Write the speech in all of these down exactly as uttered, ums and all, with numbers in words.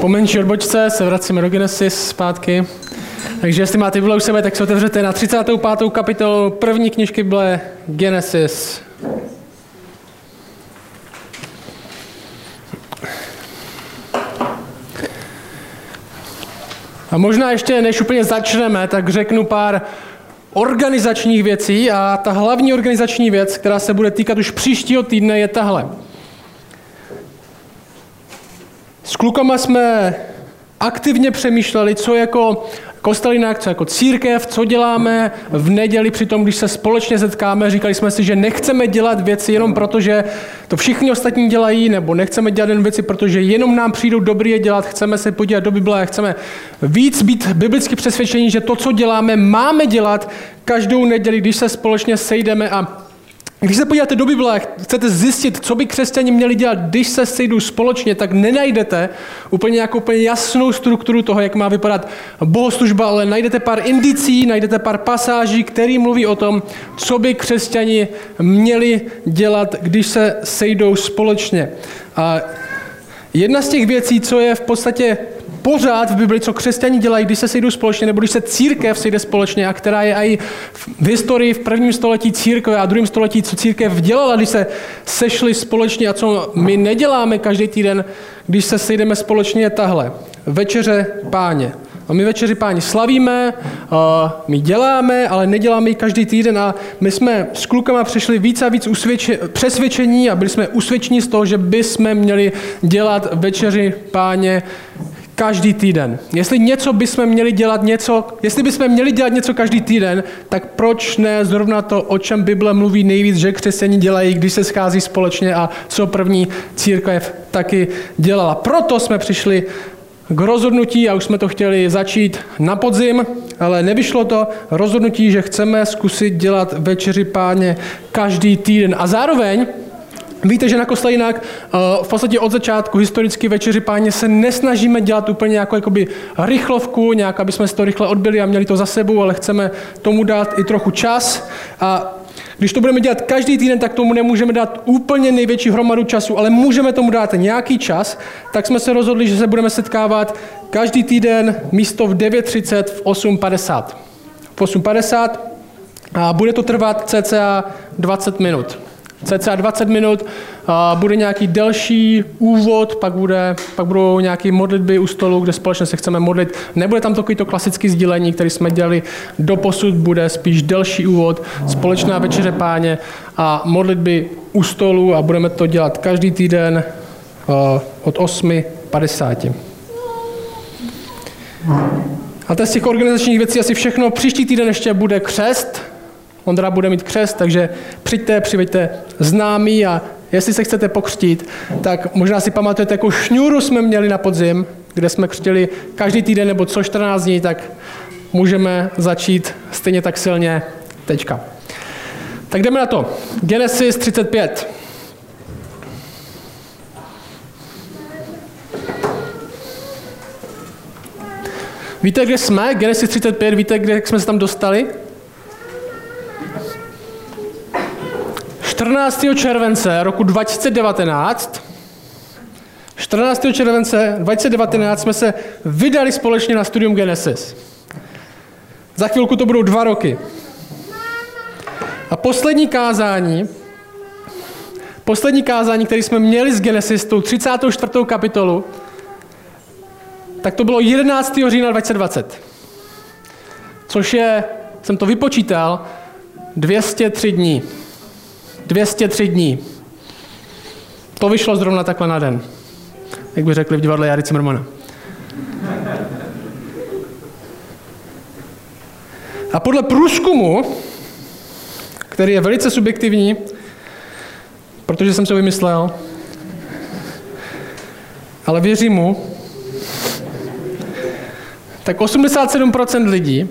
Po menší odbočce se vracíme do Genesis zpátky. Takže jestli máte Bible u sebe, tak se otevřete na třicátou pátou kapitolu první knižky Bible Genesis. A možná ještě, než úplně začneme, tak řeknu pár organizačních věcí a ta hlavní organizační věc, která se bude týkat už příštího týdne, je tahle. S klukama jsme aktivně přemýšleli, co jako Kostelinak, co jako církev, co děláme v neděli při tom, když se společně setkáme. Říkali jsme si, že nechceme dělat věci jenom proto, že to všichni ostatní dělají, nebo nechceme dělat jen věci, protože jenom nám přijdou dobrý je dělat, chceme se podívat do Bible, chceme víc být biblicky přesvědčení, že to, co děláme, máme dělat každou neděli, když se společně sejdeme. A když se podíváte do Bible a chcete zjistit, co by křesťani měli dělat, když se sejdou společně, tak nenajdete úplně nějakou úplně jasnou strukturu toho, jak má vypadat bohoslužba, ale najdete pár indicí, najdete pár pasáží, které mluví o tom, co by křesťani měli dělat, když se sejdou společně. A jedna z těch věcí, co je v podstatě pořád v Bibli, co křesťani dělají, když se sejdou společně, nebo když se církev sejde společně, a která je i v historii v prvním století církve a druhém století, co církev dělala, když se sešli společně a co my neděláme každý týden, když se sejdeme společně, je tahle. Večeře Páně. A my Večeři Páni slavíme, my děláme, ale neděláme ji každý týden a my jsme s klukama přešli víc a víc usvědče, přesvědčení a byli jsme usvědčení z toho, že bychom měli dělat Večeři Páně každý týden. Jestli něco bychom měli dělat něco, jestli bychom měli dělat něco každý týden, tak proč ne zrovna to, o čem Bible mluví nejvíc, že křesťané dělají, když se schází společně a co první církev taky dělala. Proto jsme přišli k rozhodnutí a už jsme to chtěli začít na podzim, ale nevyšlo to rozhodnutí, že chceme zkusit dělat Večeři Páně každý týden. A zároveň víte, že na Kostelinak v podstatě od začátku historicky Večeři Páně se nesnažíme dělat úplně jako jakoby rychlovku, nějak, aby jsme si to rychle odbyli a měli to za sebou, ale chceme tomu dát i trochu čas. A když to budeme dělat každý týden, tak tomu nemůžeme dát úplně největší hromadu času, ale můžeme tomu dát nějaký čas, tak jsme se rozhodli, že se budeme setkávat každý týden místo v devět třicet v osm padesát. V osm padesát a bude to trvat cca dvacet minut. cca dvacet minut, a bude nějaký delší úvod, pak, bude, pak budou nějaké modlitby u stolu, kde společně se chceme modlit. Nebude tam takový to klasické sdílení, který jsme dělali doposud, bude spíš delší úvod, společná Večeře Páně a modlitby u stolu a budeme to dělat každý týden od osm padesát. A to z těch organizačních věcí asi všechno. Příští týden ještě bude křest. Ondra bude mít křest, takže přijďte, přiveďte známí a jestli se chcete pokřtít, tak možná si pamatujete, jakou šňůru jsme měli na podzim, kde jsme křtili každý týden nebo co čtrnáct dní, tak můžeme začít stejně tak silně teďka. Tak jdeme na to. Genesis třicet pět. Víte, kde jsme? Genesis třicet pět, víte, kde jsme se tam dostali? čtrnáctého července roku dva tisíce devatenáct čtrnáctého července dva tisíce devatenáct jsme se vydali společně na studium Genesis. Za chvilku to budou dva roky. A poslední kázání, poslední kázání, které jsme měli z Genesis, tou třicátou čtvrtou kapitolu, tak to bylo jedenáctého října dva tisíce dvacet. Což je, jsem to vypočítal, dvě stě tři dní. dvě stě tři dní. To vyšlo zrovna takhle na den. Jak by řekli v divadle Jary Cimrmana. A podle průzkumu, který je velice subjektivní, protože jsem se ho vymyslel, ale věřím mu, tak osmdesát sedm procent lidí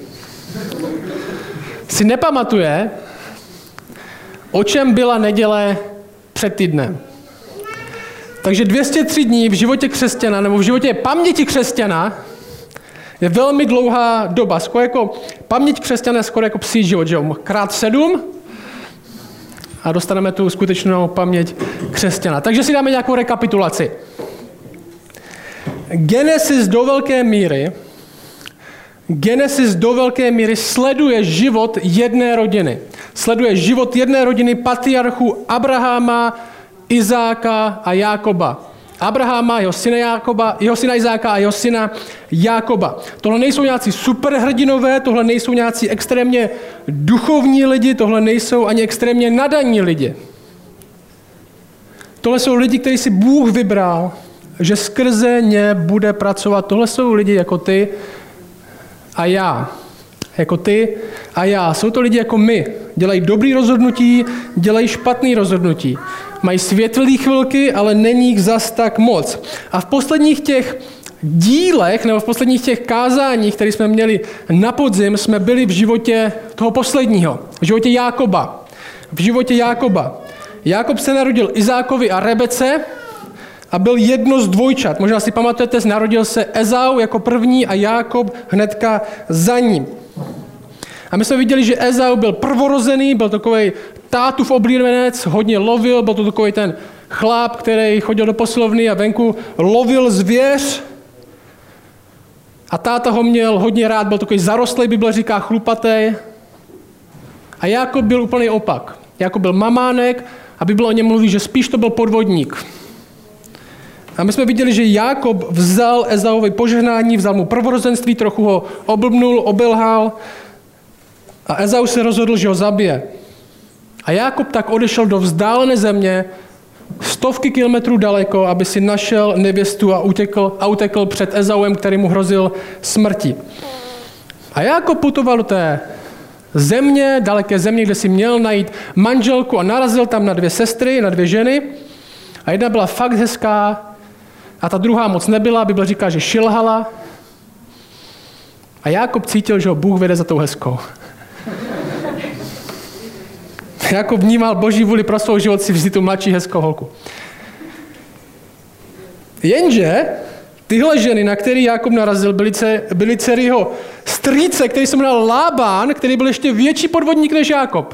si nepamatuje, o čem byla neděle před týdnem. Takže dvě stě tři dní v životě křesťana, nebo v životě paměti křesťana, je velmi dlouhá doba. Skoro jako paměť křesťana je skoro jako psí život, že jo? Krát sedm a dostaneme tu skutečnou paměť křesťana. Takže si dáme nějakou rekapitulaci. Genesis do velké míry, Genesis do velké míry sleduje život jedné rodiny. Sleduje život jedné rodiny patriarchů Abrahama, Izáka a Jákoba. Abrahama, jeho syna Jákoba, jeho syna Izáka a jeho syna Jákoba. Tohle nejsou nějací superhrdinové, tohle nejsou nějací extrémně duchovní lidi, tohle nejsou ani extrémně nadaní lidi. Tohle jsou lidi, kteří si Bůh vybral, že skrze ně bude pracovat. Tohle jsou lidi jako ty a já. Jako ty a já. Jsou to lidi jako my. Dělají dobrý rozhodnutí, dělají špatný rozhodnutí. Mají světlý chvilky, ale není jich zas tak moc. A v posledních těch dílech, nebo v posledních těch kázáních, které jsme měli na podzim, jsme byli v životě toho posledního. V životě Jákoba. V životě Jákoba. Jákob se narodil Izákovi a Rebece a byl jedno z dvojčat. Možná si pamatujete, narodil se Ezau jako první a Jákob hnedka za ním. A my jsme viděli, že Ezau byl prvorozený, byl takový tátův oblíbenec, hodně lovil, byl to takový ten chlap, který chodil do posilovny a venku lovil zvěř. A táta ho měl hodně rád, byl takový zarostlý, Bible říká chlupatý. A Jákob byl úplný opak. Jákob byl mamánek a Bible o něm mluví, že spíš to byl podvodník. A my jsme viděli, že Jákob vzal Ezauovi požehnání, vzal mu prvorozenství, trochu ho oblbnul, obelhal a Ezau se rozhodl, že ho zabije. A Jákob tak odešel do vzdálené země, stovky kilometrů daleko, aby si našel nevěstu a utekl, a utekl před Ezauem, který mu hrozil smrti. A Jákob putoval do té země, daleké země, kde si měl najít manželku a narazil tam na dvě sestry, na dvě ženy. A jedna byla fakt hezká a ta druhá moc nebyla. Bible říká, že šilhala. A Jákob cítil, že ho Bůh vede za tou hezkou. Jákob vnímal Boží vůli pro svou život si vzít tu mladší hezkou holku. Jenže tyhle ženy, na který Jákob narazil, byly, ce, byly dcery jeho strýce, který se jmenoval Lában, který byl ještě větší podvodník než Jákob.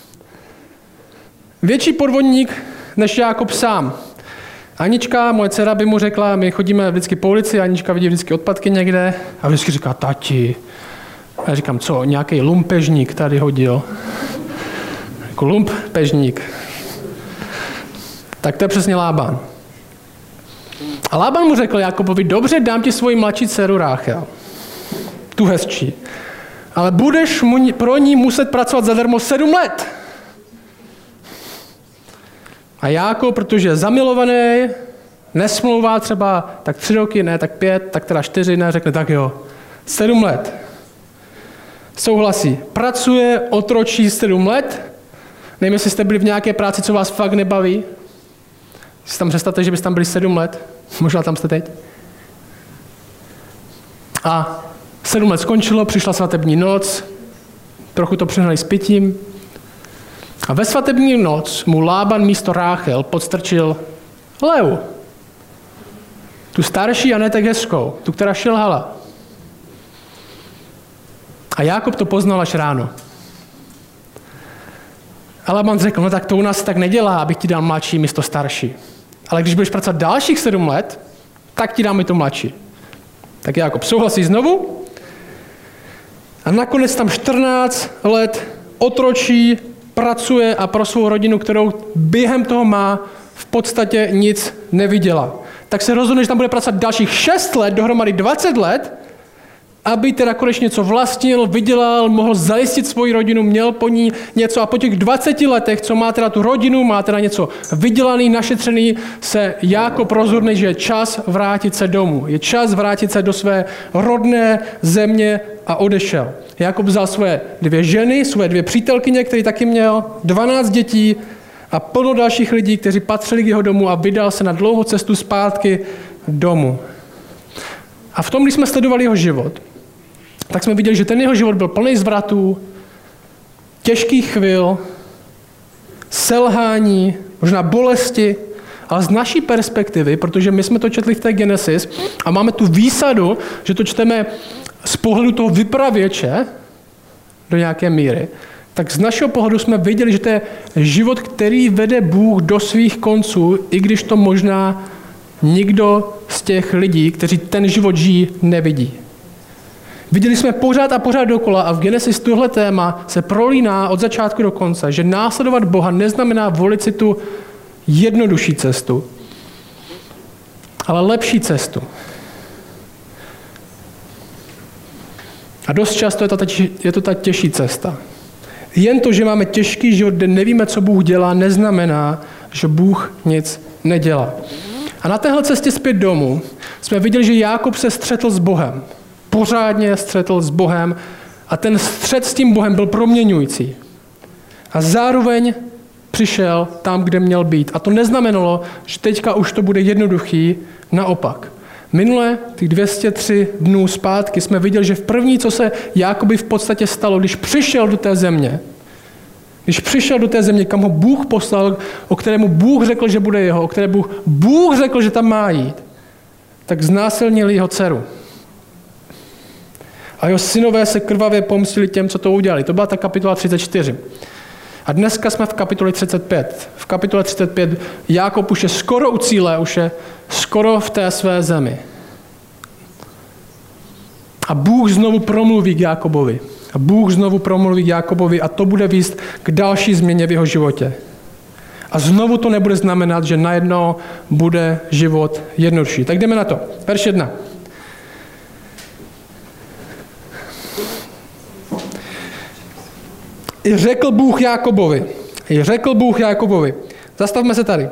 Větší podvodník než Jákob sám. Anička, moje dcera, by mu řekla, my chodíme vždycky po ulici, Anička vidí vždycky odpadky někde a vždycky říká, tati. A já říkám, co, nějaký lumpežník tady hodil. Jako lumpežník. Tak to je přesně Lában. A Lában mu řekl Jákobovi, dobře, dám ti svoji mladší dceru Ráchel. Tu hezčí. Ale budeš mu, pro ní muset pracovat zadarmo sedm let. A Jákob, protože je zamilovaný, nesmlouvá třeba tak tři roky, ne tak pět, tak teda čtyři, ne, řekne tak jo, sedm let. Souhlasí. Pracuje, otročí sedm let. Nevím, jestli jste byli v nějaké práci, co vás fakt nebaví. Si tam představte, že byste tam byli sedm let. Možná tam jste teď. A sedm let skončilo, přišla svatební noc, trochu to přehnali s pitím. A ve svatební noc mu Lában místo Ráchel podstrčil Leu. Tu starší a ne tak hezkou, tu, která šilhala. A Jákob to poznal až ráno. A Lában řekl, no tak to u nás tak nedělá, abych ti dal mladší místo starší. Ale když budeš pracovat dalších sedm let, tak ti dám i to mladší. Tak Jákob souhlasí znovu. A nakonec tam čtrnáct let otročí, pracuje a pro svou rodinu, kterou během toho má, v podstatě nic neviděla. Tak se rozhodne, že tam bude pracovat dalších šest let, dohromady dvacet let, aby teda konečně něco vlastnil, vydělal, mohl zajistit svoji rodinu, měl po ní něco a po těch dvaceti letech, co má teda tu rodinu, má teda něco vydělaný, našetřený, se Jákob rozhodne, že je čas vrátit se domů. Je čas vrátit se do své rodné země a odešel. Jákob vzal své dvě ženy, své dvě přítelkyně, který taky měl, dvanáct dětí a plno dalších lidí, kteří patřili k jeho domu a vydal se na dlouhou cestu zpátky domů. A v tom, když jsme sledovali jeho život, tak jsme viděli, že ten jeho život byl plný zvratů, těžkých chvil, selhání, možná bolesti, ale z naší perspektivy, protože my jsme to četli v té Genesis a máme tu výsadu, že to čteme z pohledu toho vypravěče do nějaké míry, tak z našeho pohledu jsme viděli, že to je život, který vede Bůh do svých konců, i když to možná nikdo z těch lidí, kteří ten život žijí, nevidí. Viděli jsme pořád a pořád dokola a v Genesis tohle téma se prolíná od začátku do konce, že následovat Boha neznamená volit si tu jednodušší cestu, ale lepší cestu. A dost často je to ta, je to ta těžší cesta. Jen to, že máme těžký život, kde nevíme, co Bůh dělá, neznamená, že Bůh nic nedělá. A na téhle cestě zpět domů jsme viděli, že Jákob se střetl s Bohem. Pořádně střetl s Bohem a ten střet s tím Bohem byl proměňující. A zároveň přišel tam, kde měl být. A to neznamenalo, že teďka už to bude jednoduchý, naopak. Minule, těch dvě stě tři dnů zpátky, jsme viděli, že v první, co se Jákobi v podstatě stalo, když přišel do té země, když přišel do té země, kam ho Bůh poslal, o kterému Bůh řekl, že bude jeho, o které Bůh, Bůh řekl, že tam má jít, tak znásilnili jeho dceru. A jeho synové se krvavě pomstili těm, co to udělali. To byla ta kapitola třicet čtyři. A dneska jsme v kapitole třicet pět. V kapitole třicet pět Jákob už je skoro u cíle, už je skoro v té své zemi. A Bůh znovu promluví k Jákobovi. A Bůh znovu promluví k Jákobovi a to bude vést k další změně v jeho životě. A znovu to nebude znamenat, že najednou bude život jednodušší. Tak jdeme na to. Verš jedna. I řekl Bůh Jákobovi. I řekl Bůh Jákobovi. Zastavme se tady.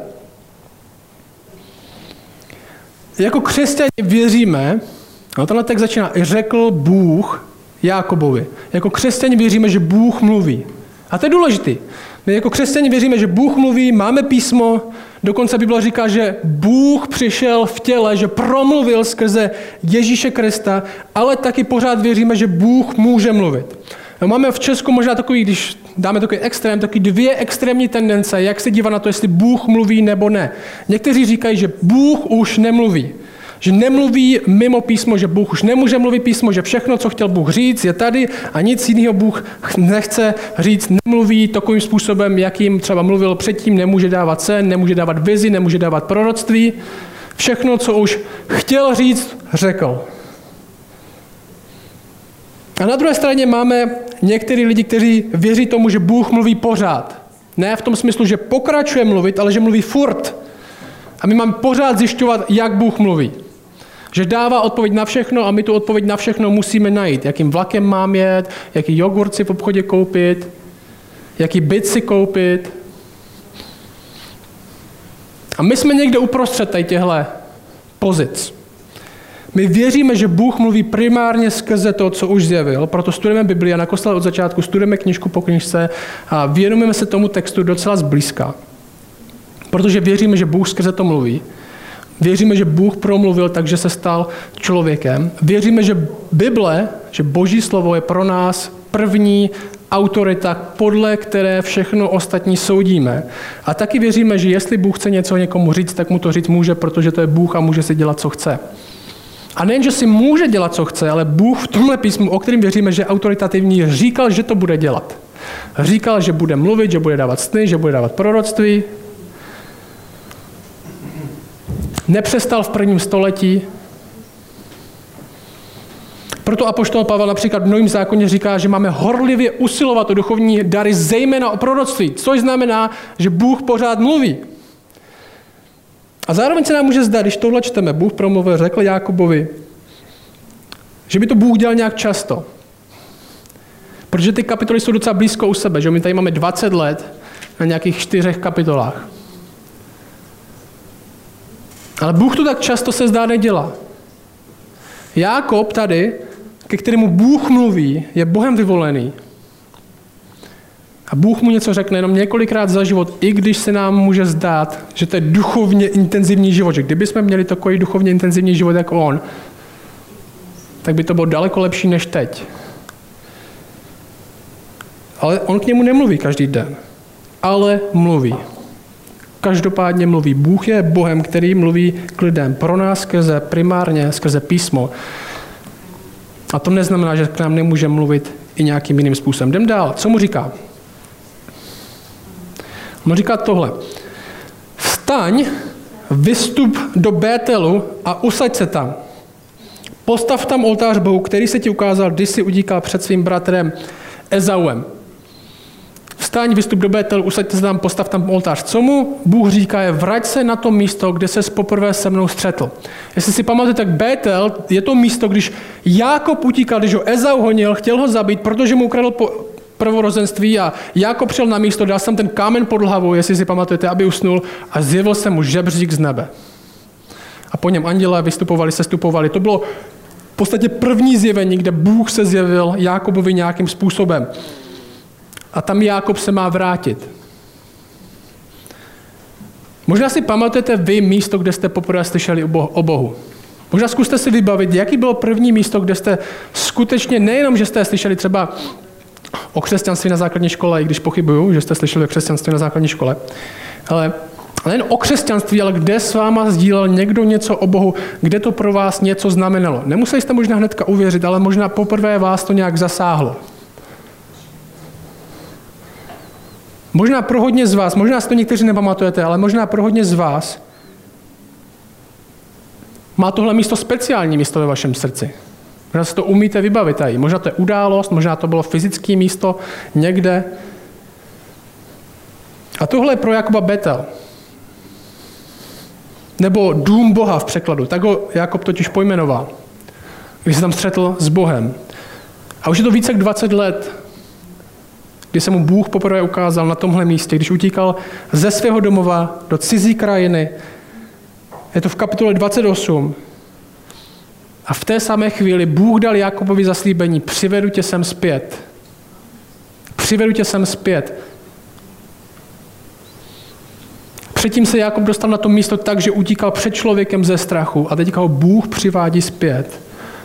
Jako křesťané věříme, no tenhle text začíná, i řekl Bůh Jákobovi. Jako křesťané věříme, že Bůh mluví. A to je důležité. My jako křesťané věříme, že Bůh mluví, máme písmo, dokonce Bible říká, že Bůh přišel v těle, že promluvil skrze Ježíše Krista, ale taky pořád věříme, že Bůh může mluvit. No, máme v Česku možná takový, když dáme takový extrém, takový dvě extrémní tendence, jak se dívat na to, jestli Bůh mluví nebo ne. Někteří říkají, že Bůh už nemluví. Že nemluví mimo písmo, že Bůh už nemůže mluvit písmo, že všechno, co chtěl Bůh říct, je tady a nic jiného Bůh nechce říct, nemluví takovým způsobem, jakým třeba mluvil předtím, nemůže dávat sen, nemůže dávat vizi, nemůže dávat proroctví. Všechno, co už chtěl říct, řekl. A na druhé straně máme některý lidi, kteří věří tomu, že Bůh mluví pořád. Ne v tom smyslu, že pokračuje mluvit, ale že mluví furt. A my máme pořád zjišťovat, jak Bůh mluví. Že dává odpověď na všechno a my tu odpověď na všechno musíme najít. Jakým vlakem mám jet, jaký jogurt si v obchodě koupit, jaký byt si koupit. A my jsme někde uprostřed tady těchto pozic. My věříme, že Bůh mluví primárně skrze to, co už zjevil, proto studujeme Bibli a na kostele od začátku studujeme knížku po knížce a věnujeme se tomu textu docela zblízka. Protože věříme, že Bůh skrze to mluví. Věříme, že Bůh promluvil, takže se stal člověkem. Věříme, že Bible, že Boží slovo je pro nás první autorita, podle které všechno ostatní soudíme. A taky věříme, že jestli Bůh chce něco někomu říct, tak mu to říct může, protože to je Bůh a může si dělat, co chce. A nejen, že si může dělat, co chce, ale Bůh v tomhle písmu, o kterém věříme, že je autoritativní, říkal, že to bude dělat. Říkal, že bude mluvit, že bude dávat sny, že bude dávat proroctví. Nepřestal v prvním století. Proto apoštol Pavel například v Novém zákoně říká, že máme horlivě usilovat o duchovní dary, zejména o proroctví, což znamená, že Bůh pořád mluví. A zároveň se nám může zdát, když tohle čteme, Bůh promluvil, řekl Jákobovi, že by to Bůh dělal nějak často. Protože ty kapitoly jsou docela blízko u sebe, že my tady máme dvacet let na nějakých čtyřech kapitolách. Ale Bůh to tak často se zdá nedělá. Jákob tady, ke kterému Bůh mluví, je Bohem vyvolený. A Bůh mu něco řekne jenom několikrát za život, i když se nám může zdát, že to je duchovně intenzivní život. Že kdybychom měli takový duchovně intenzivní život jako on, tak by to bylo daleko lepší než teď. Ale on k němu nemluví každý den. Ale mluví. Každopádně mluví. Bůh je Bohem, který mluví k lidem. Pro nás skrze primárně, skrze písmo. A to neznamená, že k nám nemůže mluvit i nějakým jiným způsobem. Jdem dál. Co mu říká? On říká tohle. Vstaň, vystup do Bételu a usaď se tam. Postav tam oltář Bohu, který se ti ukázal, když jsi utíkal před svým bratrem Ezauem. Vstaň, vystup do Bételu, usaďte se tam, postav tam oltář. Co mu Bůh říká je, vrať se na to místo, kde ses poprvé se mnou střetl. Jestli si pamatujete, tak Bétel je to místo, když Jákob utíkal, když ho Ezau honil, chtěl ho zabít, protože mu ukradl po prvorozenství a Jákob přijel na místo, dal jsem ten kámen pod hlavou, jestli si pamatujete, aby usnul a zjevil se mu žebřík z nebe. A po něm andělé vystupovali, sestupovali. To bylo v podstatě první zjevení, kde Bůh se zjevil Jákobovi nějakým způsobem. A tam Jákob se má vrátit. Možná si pamatujete vy místo, kde jste poprvé slyšeli o Bohu. Možná zkuste si vybavit, jaký bylo první místo, kde jste skutečně, nejenom, že jste slyšeli třeba o křesťanství na základní škole, i když pochybuju, že jste slyšeli o křesťanství na základní škole, ale nejen o křesťanství, ale kde s váma sdílel někdo něco o Bohu, kde to pro vás něco znamenalo. Nemuseli jste možná hnedka uvěřit, ale možná poprvé vás to nějak zasáhlo. Možná pro hodně z vás, možná si to někteří nepamatujete, ale možná pro hodně z vás má tohle místo speciální místo ve vašem srdci. Možná si to umíte vybavit tady. Možná to je událost, možná to bylo fyzické místo někde. A tohle je pro Jakoba Betel. Nebo dům Boha v překladu. Tak ho Jakob totiž pojmenoval. Když se tam střetl s Bohem. A už je to více jak dvacet let, kdy se mu Bůh poprvé ukázal na tomhle místě, když utíkal ze svého domova do cizí krajiny. Je to v kapitole dvacet osm. A v té samé chvíli Bůh dal Jakobovi zaslíbení, přivedu tě sem zpět. Přivedu tě sem zpět. Předtím se Jakob dostal na to místo tak, že utíkal před člověkem ze strachu a teďka ho Bůh přivádí zpět.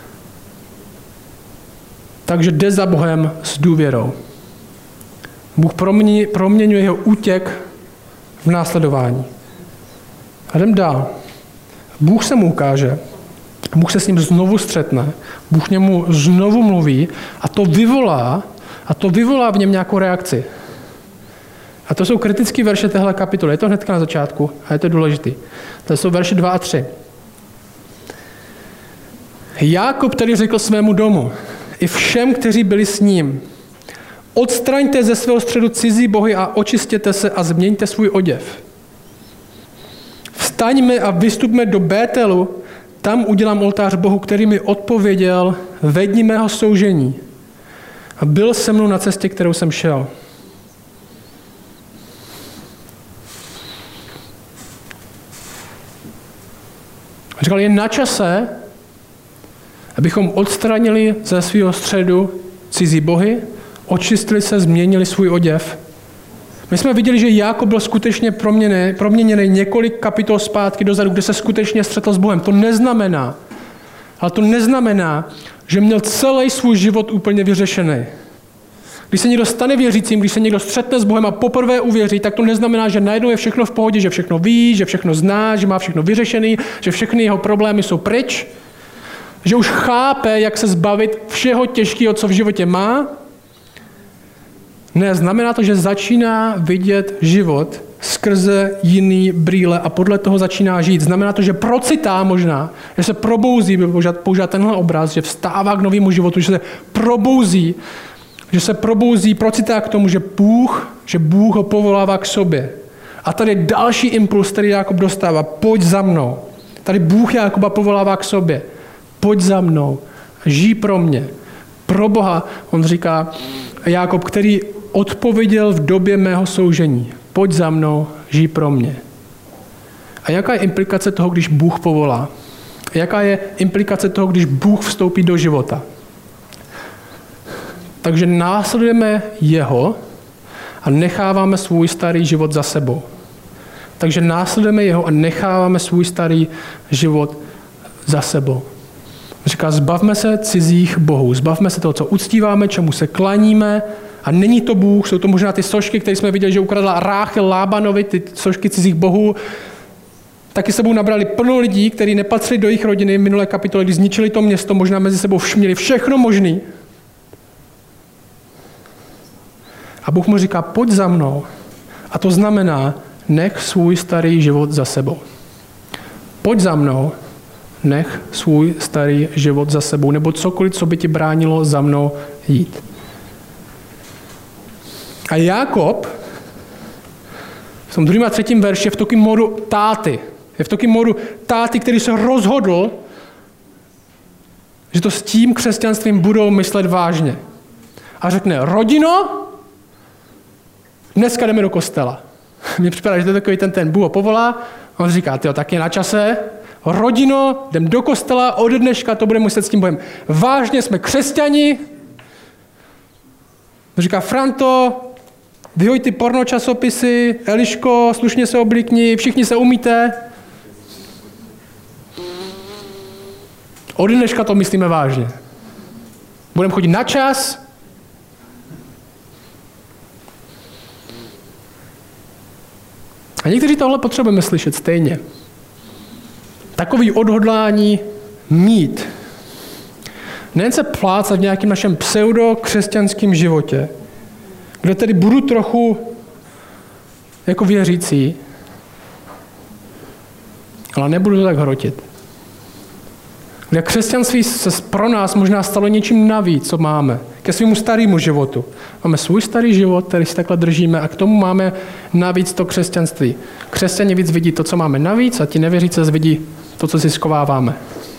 Takže jde za Bohem s důvěrou. Bůh proměňuje, proměňuje jeho útěk v následování. A jdem dál. Bůh se mu ukáže, Bůh se s ním znovu střetne, Bůh němu znovu mluví a to vyvolá, a to vyvolá v něm nějakou reakci. A to jsou kritické verše téhle kapitoly. Je to hnedka na začátku a je to důležité. To jsou verše dva a tři. Jákob tedy řekl svému domu i všem, kteří byli s ním, odstraňte ze svého středu cizí bohy a očistěte se a změňte svůj oděv. Vstaňme a vystupme do Bételu, tam udělám oltář Bohu, který mi odpověděl ve dni mého soužení. A byl se mnou na cestě, kterou jsem šel. Říkal, je na čase, abychom odstranili ze svého středu cizí bohy, očistili se, změnili svůj oděv. My jsme viděli, že Jákob byl skutečně proměněný, proměněný několik kapitol zpátky dozadu, kde se skutečně střetl s Bohem. To neznamená, ale to neznamená, že měl celý svůj život úplně vyřešený. Když se někdo stane věřícím, když se někdo střetne s Bohem a poprvé uvěří, tak to neznamená, že najednou je všechno v pohodě, že všechno ví, že všechno zná, že má všechno vyřešený, že všechny jeho problémy jsou pryč, že už chápe, jak se zbavit všeho těžkého, co v životě má. Ne, znamená to, že začíná vidět život skrze jiný brýle a podle toho začíná žít. Znamená to, že procitá možná, že se probouzí, by používá tenhle obraz, že vstává k novému životu, že se probouzí, že se probouzí, procitá k tomu, že Bůh, že Bůh ho povolává k sobě. A tady je další impuls, který Jákob dostává. Pojď za mnou. Tady Bůh Jákoba povolává k sobě. Pojď za mnou. Žij pro mě. Pro Boha, on říká Jákob, který odpověděl v době mého soužení. Pojď za mnou, žij pro mě. A jaká je implikace toho, když Bůh povolá? Jaká je implikace toho, když Bůh vstoupí do života? Takže následujeme jeho a necháváme svůj starý život za sebou. Takže následujeme jeho a necháváme svůj starý život za sebou. Říká, zbavme se cizích bohů, zbavme se toho, co uctíváme, čemu se klaníme. A není to Bůh, jsou to možná ty sošky, které jsme viděli, že ukradla Ráchel Lábanovi, ty sošky cizích bohů. Taky sebou nabrali plno lidí, kteří nepatřili do jejich rodiny v minulé kapitole, kdy zničili to město, možná mezi sebou všměli všechno možný. A Bůh mu říká, pojď za mnou. A to znamená, nech svůj starý život za sebou. pojď za mnou, nech svůj starý život za sebou, nebo cokoliv, co by ti bránilo za mnou jít. A Jákob v tom druhém a třetím verši je v takovém modu táty. Je v takovém modu táty, který se rozhodl, že to s tím křesťanstvím budou myslet vážně. A řekne, rodino, dneska jdeme do kostela. Mně připadá, že to je takový ten, ten Bůh ho povolá, a on říká, tyjo, tak je na čase, rodino, jdem do kostela, ode dneška to budeme muset s tím Bohem. Vážně jsme křesťani. Říká, Franto, vyhoď ty porno časopisy, Eliško, slušně se oblíkni, všichni se umíte. Ode dneška to myslíme vážně. Budeme chodit na čas. A někteří tohle potřebujeme slyšet stejně. Takový odhodlání mít. Nejen se plácat v nějakém našem pseudo-křesťanském životě, kde tedy budu trochu jako věřící, ale nebudu to tak hrotit. Kde křesťanství se pro nás možná stalo něčím navíc, co máme, ke svému starému životu. Máme svůj starý život, který si takhle držíme, a k tomu máme navíc to křesťanství. Křesťané víc vidí to, co máme navíc, a ti nevěřící vidí to, co si schováváme.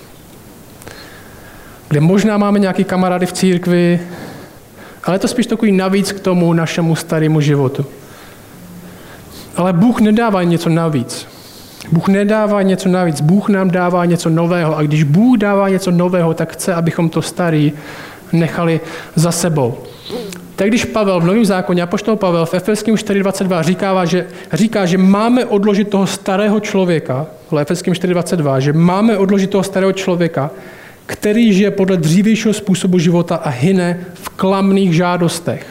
Kde možná máme nějaký kamarády v církvi, ale je to spíš takový navíc k tomu našemu starému životu. Ale Bůh nedává něco navíc. Bůh nedává něco navíc, Bůh nám dává něco nového, a když Bůh dává něco nového, tak chce, abychom to starý nechali za sebou. Tak když Pavel v Novém zákoně, apoštol Pavel v Efeským čtyři dvacet dva říká, že, říká, že máme odložit toho starého člověka, v Efeským čtyři dvacet dva, že máme odložit toho starého člověka, který žije podle dřívějšího způsobu života a hyne v klamných žádostech.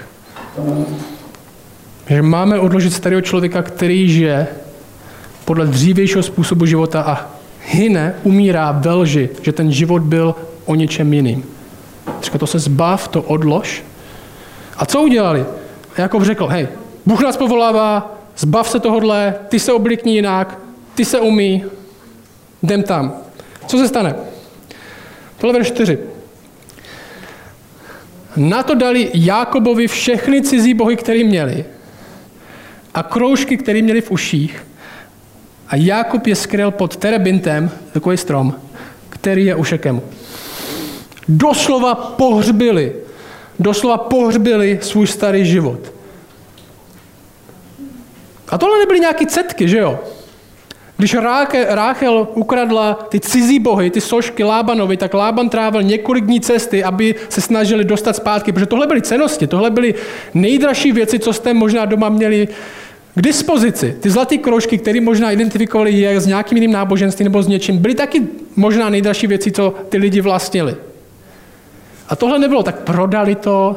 Že máme odložit starého člověka, který žije podle dřívějšího způsobu života a hyne, umírá ve lži, že ten život byl o něčem jiným. Říká, to se zbav, to odlož. A co udělali? Jakub řekl, hej, Bůh nás povolává, zbav se tohodle, ty se oblíkni jinak, ty se umí, jdem tam. Co se stane? Tohle verš čtyři. Na to dali Jákobovi všechny cizí bohy, které měli, a kroužky, které měli v uších, a Jákob je skryl pod terebintem, takový strom, který je u Šekemu. Doslova pohřbili, doslova pohřbili svůj starý život. A tohle nebyly nějaký cetky, že jo? Když Ráchel ukradla ty cizí bohy, ty sošky Lábanovi, tak Lában trávil několik dní cesty, aby se snažili dostat zpátky, protože tohle byly cennosti, tohle byly nejdražší věci, co jste možná doma měli k dispozici. Ty zlaté kroužky, které možná identifikovali je s nějakým jiným náboženstvím nebo s něčím, byly taky možná nejdražší věci, co ty lidi vlastnili. A tohle nebylo, tak prodali to,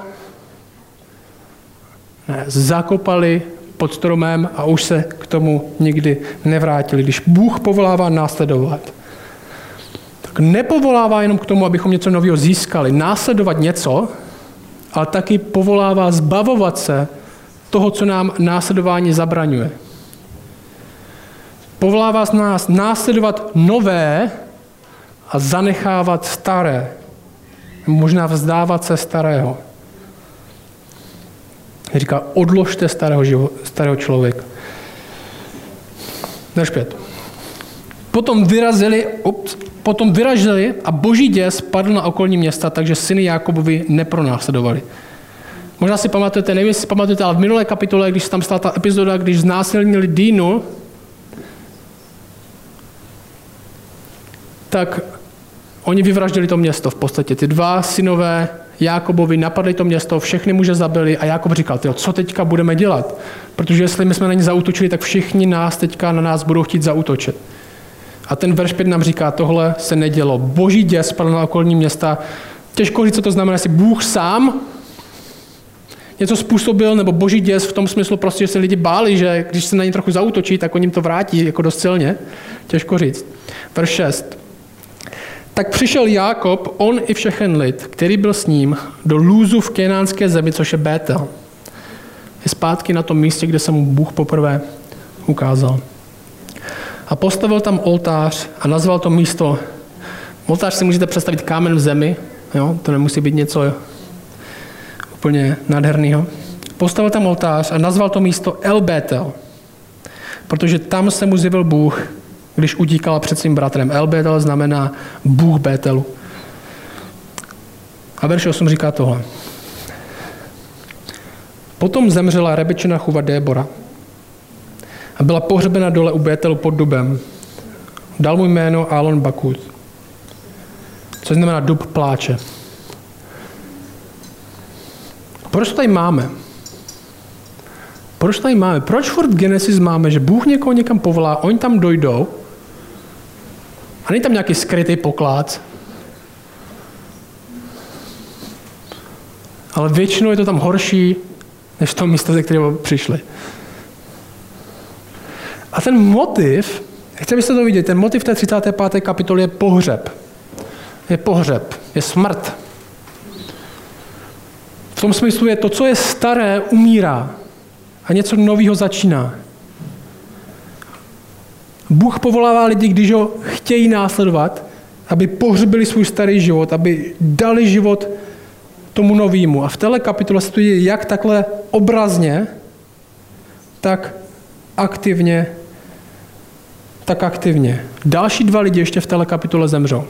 ne, zakopali pod stromem a už se k tomu nikdy nevrátili. Když Bůh povolává následovat, tak nepovolává jenom k tomu, abychom něco nového získali, následovat něco, ale taky povolává zbavovat se toho, co nám následování zabraňuje. Povolává nás následovat nové a zanechávat staré. Možná vzdávat se starého. Říká, odložte starého, živo, starého člověka. Verš pět. Potom vyrazili, ups, potom vyražili a boží děs padl na okolní města, takže syny Jákobovi nepronásledovali. Možná si pamatujete, nevím, jestli si pamatujete, ale v minulé kapitole, když tam stala ta epizoda, když znásilnili Dínu, tak oni vyvraždili to město v podstatě. Ty dva synové Jákobovi napadli to město, všechny muže zabili a Jákob říkal, tyjo, co teďka budeme dělat? Protože jestli my jsme na ně zaútočili, tak všichni nás teďka na nás budou chtít zaútočit. A ten verš pět nám říká, tohle se nedělo. Boží děs spadl na okolní města. Těžko říct, co to znamená, jestli Bůh sám něco způsobil, nebo boží děs v tom smyslu prostě, že se lidi báli, že když se na ně trochu zaútočí, tak oni jim to vrátí jako dost silně. Těžko říct. Verš šest. Tak přišel Jákob, on i všechen lid, který byl s ním, do Lúzu v kenánské zemi, což je Bétel. Je zpátky na tom místě, kde se mu Bůh poprvé ukázal. a postavil tam oltář a nazval to místo. Oltář si můžete představit kámen v zemi, jo? To nemusí být něco úplně nádherného. Postavil tam oltář a nazval to místo El Bétel, protože tam se mu zjevil Bůh, když utíkal před svým bratrem. El Bétel znamená Bůh Bételu. A verš osm říká tohle. Potom zemřela Rebečina chůva Débora a byla pohřbena dole u Bételu pod dubem. Dal mu jméno Alon Bakut, což znamená dub pláče. Proč to tady máme? Proč tady máme? Proč furt v Genesis máme, že Bůh někoho někam povolá, oni tam dojdou a není tam nějaký skrytý poklad, ale většinou je to tam horší, než to místo, ze kterého přišli. A ten motiv, chci, abyste to vidět, ten motiv té třicáté páté kapitoly je pohřeb. Je pohřeb, je smrt. V tom smyslu je to, co je staré, umírá a něco nového začíná. Bůh povolává lidi, když ho chtějí následovat, aby pohřbili svůj starý život, aby dali život tomu novému. A v téhle kapitole se to děje jak takhle obrazně, tak aktivně, tak aktivně. Další dva lidi ještě v téhle kapitole zemřou.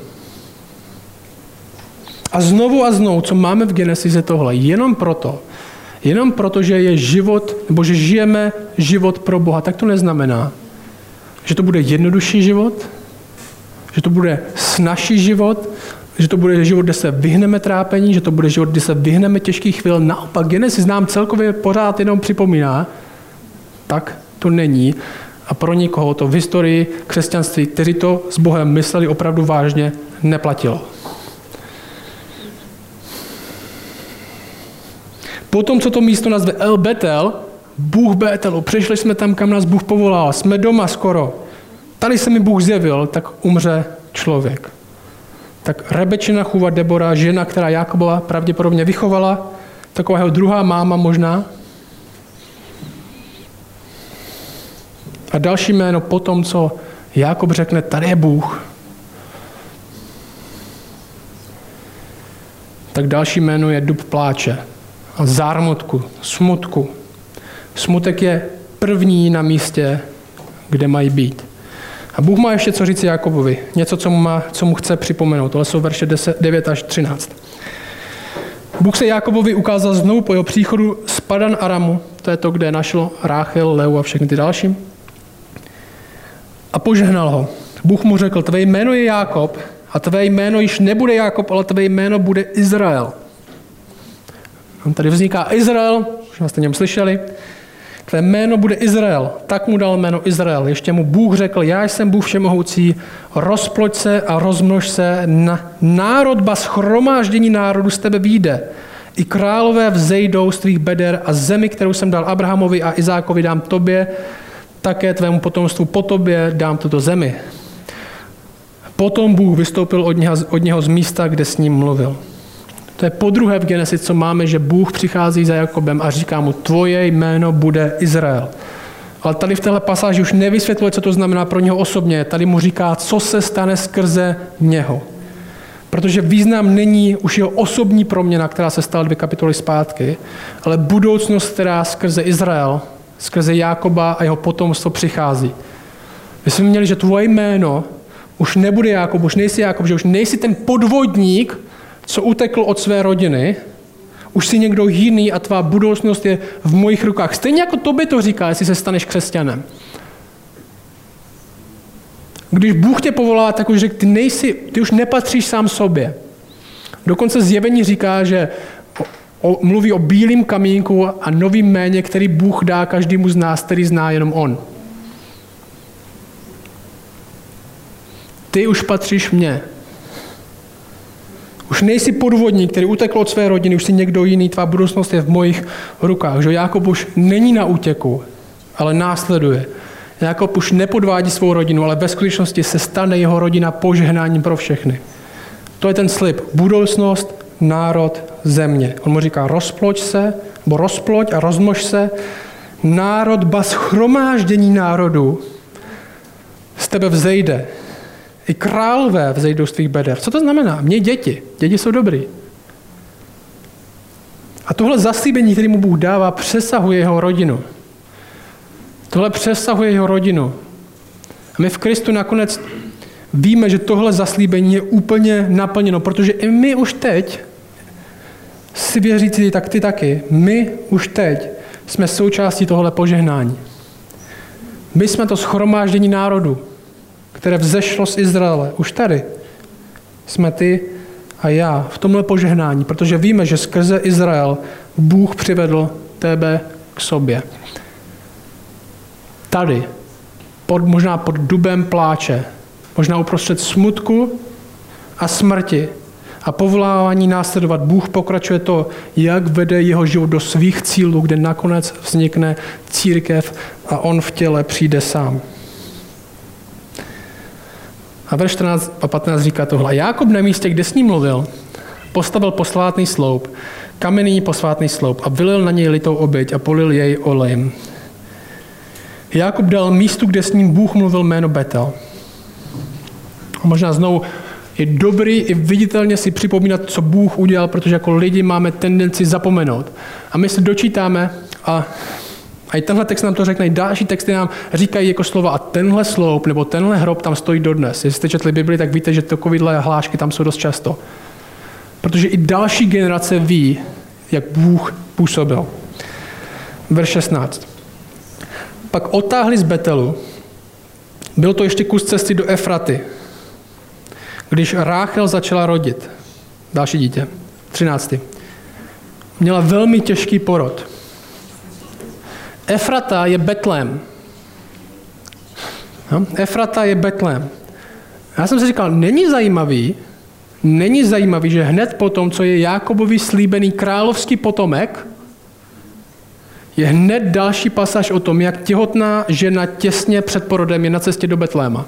A znovu a znovu, co máme v Genesis, je tohle. Jenom proto, jenom proto, že je život, nebo že žijeme život pro Boha, tak to neznamená, že to bude jednodušší život, že to bude snazší život, že to bude život, kde se vyhneme trápení, že to bude život, kde se vyhneme těžkých chvíl. Naopak Genesis nám celkově pořád jenom připomíná, tak to není. A pro nikoho to v historii křesťanství, kteří to s Bohem mysleli opravdu vážně, neplatilo. Potom, co to místo nazve El Betel, Bůh Bételu, přišli jsme tam, kam nás Bůh povolal, jsme doma skoro. Tady se mi Bůh zjevil, tak umře člověk. Tak Rebečina chůva Debora, žena, která Jákobova pravděpodobně vychovala, taková jeho druhá máma možná. A další jméno potom, co Jákob řekne, tady je Bůh. Tak další jméno je dub pláče a zármutku, smutku. Smutek je první na místě, kde mají být. A Bůh má ještě co říct Jákobovi. Něco, co mu, má, co mu chce připomenout. Tohle jsou verše devět až třináct. Bůh se Jákobovi ukázal znovu po jeho příchodu z Padan Aramu. To je to, kde našel Ráchel, Leu a všechny ty další. A požehnal ho. Bůh mu řekl, tvé jméno je Jákob a tvé jméno již nebude Jákob, ale tvé jméno bude Izrael. Tady vzniká Izrael, už jste o něm slyšeli. Tvé jméno bude Izrael, tak mu dal jméno Izrael. Ještě mu Bůh řekl, já jsem Bůh všemohoucí, rozploď se a rozmnož se, na národba shromáždění národu z tebe vyjde. I králové vzejdou z tvých beder a zemi, kterou jsem dal Abrahamovi a Izákovi, dám tobě, také tvému potomstvu po tobě dám tuto zemi. Potom Bůh vystoupil od něho, od něho z místa, kde s ním mluvil. To je podruhé v Genesis, co máme, že Bůh přichází za Jakobem a říká mu, tvoje jméno bude Izrael. Ale tady v téhle pasáži už nevysvětluje, co to znamená pro něho osobně. Tady mu říká, co se stane skrze něho. Protože význam není už jeho osobní proměna, která se stala dvě kapitoly zpátky, ale budoucnost, která skrze Izrael, skrze Jákoba a jeho potomstvo přichází. My jsme měli, že tvoje jméno už nebude Jákob, už nejsi Jákob, že už nejsi ten podvodník, co utekl od své rodiny, už jsi někdo jiný a tvá budoucnost je v mojich rukách. Stejně jako tobě to říká, jestli se staneš křesťanem. Když Bůh tě povolá, tak už řekl, ty nejsi, ty už nepatříš sám sobě. Dokonce zjevení říká, že o, o, mluví o bílém kamínku a novým jméně, který Bůh dá každému z nás, který zná jenom on. Ty už patříš mně. Už nejsi podvodník, který utekl od své rodiny, už jsi někdo jiný, tvá budoucnost je v mojich rukách. Že Jákob už není na útěku, ale následuje. Jákob už nepodvádí svou rodinu, ale ve skutečnosti se stane jeho rodina požehnáním pro všechny. To je ten slib. Budoucnost, národ, země. On mu říká, rozploď se, nebo rozploď a rozmnož se, národ ba shromáždění národu z tebe vzejde. I králové vzejdou z tvých beder. Co to znamená? Měj děti. Děti jsou dobrý. A tohle zaslíbení, který mu Bůh dává, přesahuje jeho rodinu. Tohle přesahuje jeho rodinu. A my v Kristu nakonec víme, že tohle zaslíbení je úplně naplněno, protože i my už teď, si věřící, tak ty taky, my už teď jsme součástí tohle požehnání. My jsme to shromáždění národu, které vzešlo z Izraele. Už tady jsme ty a já v tomhle požehnání, protože víme, že skrze Izrael Bůh přivedl tebe k sobě. Tady, pod, možná pod dubem pláče, možná uprostřed smutku a smrti a povolávání následovat, Bůh pokračuje to, jak vede jeho život do svých cílů, kde nakonec vznikne církev a on v těle přijde sám. A verš čtrnáct a patnáct říká tohle. A Jákob na místě, kde s ním mluvil, postavil posvátný sloup, kamenný posvátný sloup a vylil na něj litou oběť a polil jej olejem. Jákob dal místu, kde s ním Bůh mluvil, jméno Betel. A možná znovu je dobrý i viditelně si připomínat, co Bůh udělal, protože jako lidi máme tendenci zapomenout. A my se dočítáme a, a i tenhle text nám to řekne, i další texty nám říkají jako slova a tenhle sloup nebo tenhle hrob tam stojí dodnes. Jestli jste četli Bibli, tak víte, že takovýhle hlášky tam jsou dost často. Protože i další generace ví, jak Bůh působil. Verš šestnáct. Pak otáhli z Betelu. Byl to ještě kus cesty do Efraty. Když Ráchel začala rodit, další dítě, třináctý. Měla velmi těžký porod. Efrata je Betlém. No? Efrata je Betlém. Já jsem si říkal, není zajímavý, není zajímavý, že hned po tom, co je Jákobovi slíbený královský potomek, je hned další pasáž o tom, jak těhotná žena těsně před porodem je na cestě do Betléma.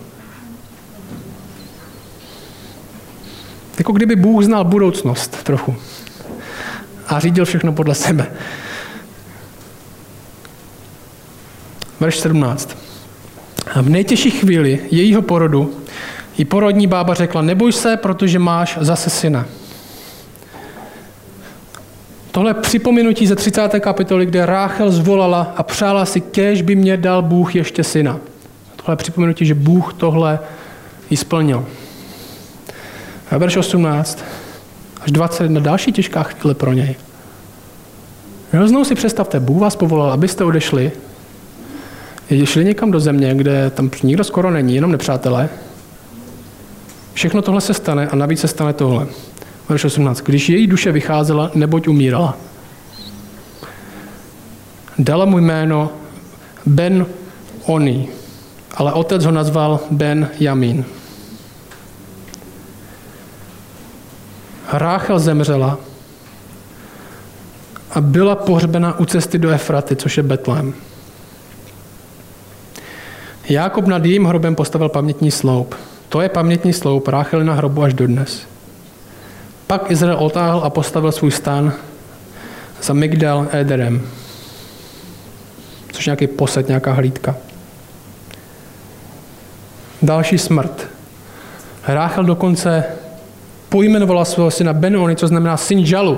Jako kdyby Bůh znal budoucnost trochu a řídil všechno podle sebe. Verš sedmnáct. A v nejtěžší chvíli jejího porodu jí porodní bába řekla, neboj se, protože máš zase syna. Tohle je připomenutí ze třicáté kapitoly, kde Ráchel zvolala a přála si, kéž by mě dal Bůh ještě syna. Tohle je připomenutí, že Bůh tohle jí splnil. A verš osmnáct až dvacet jedna, další těžká chvíle pro něj. No, znovu si představte, Bůh vás povolal, abyste odešli, šli někam do země, kde tam nikdo skoro není, jenom nepřátelé. Všechno tohle se stane a navíc se stane tohle. Verš osmnáct. Když její duše vycházela, neboť umírala. Dala mu jméno Ben Oni, ale otec ho nazval Ben Jamin. Ráchel zemřela a byla pohřbena u cesty do Efraty, což je Betlém. Jákob nad jejím hrobem postavil pamětní sloup. To je pamětní sloup Ráchelina hrobu až dodnes. Pak Izrael otáhl a postavil svůj stan za Migdal Éderem, což je nějaký posed, nějaká hlídka. Další smrt. Ráchel dokonce pojmenovala svého syna Ben-Oni, co znamená syn žalu.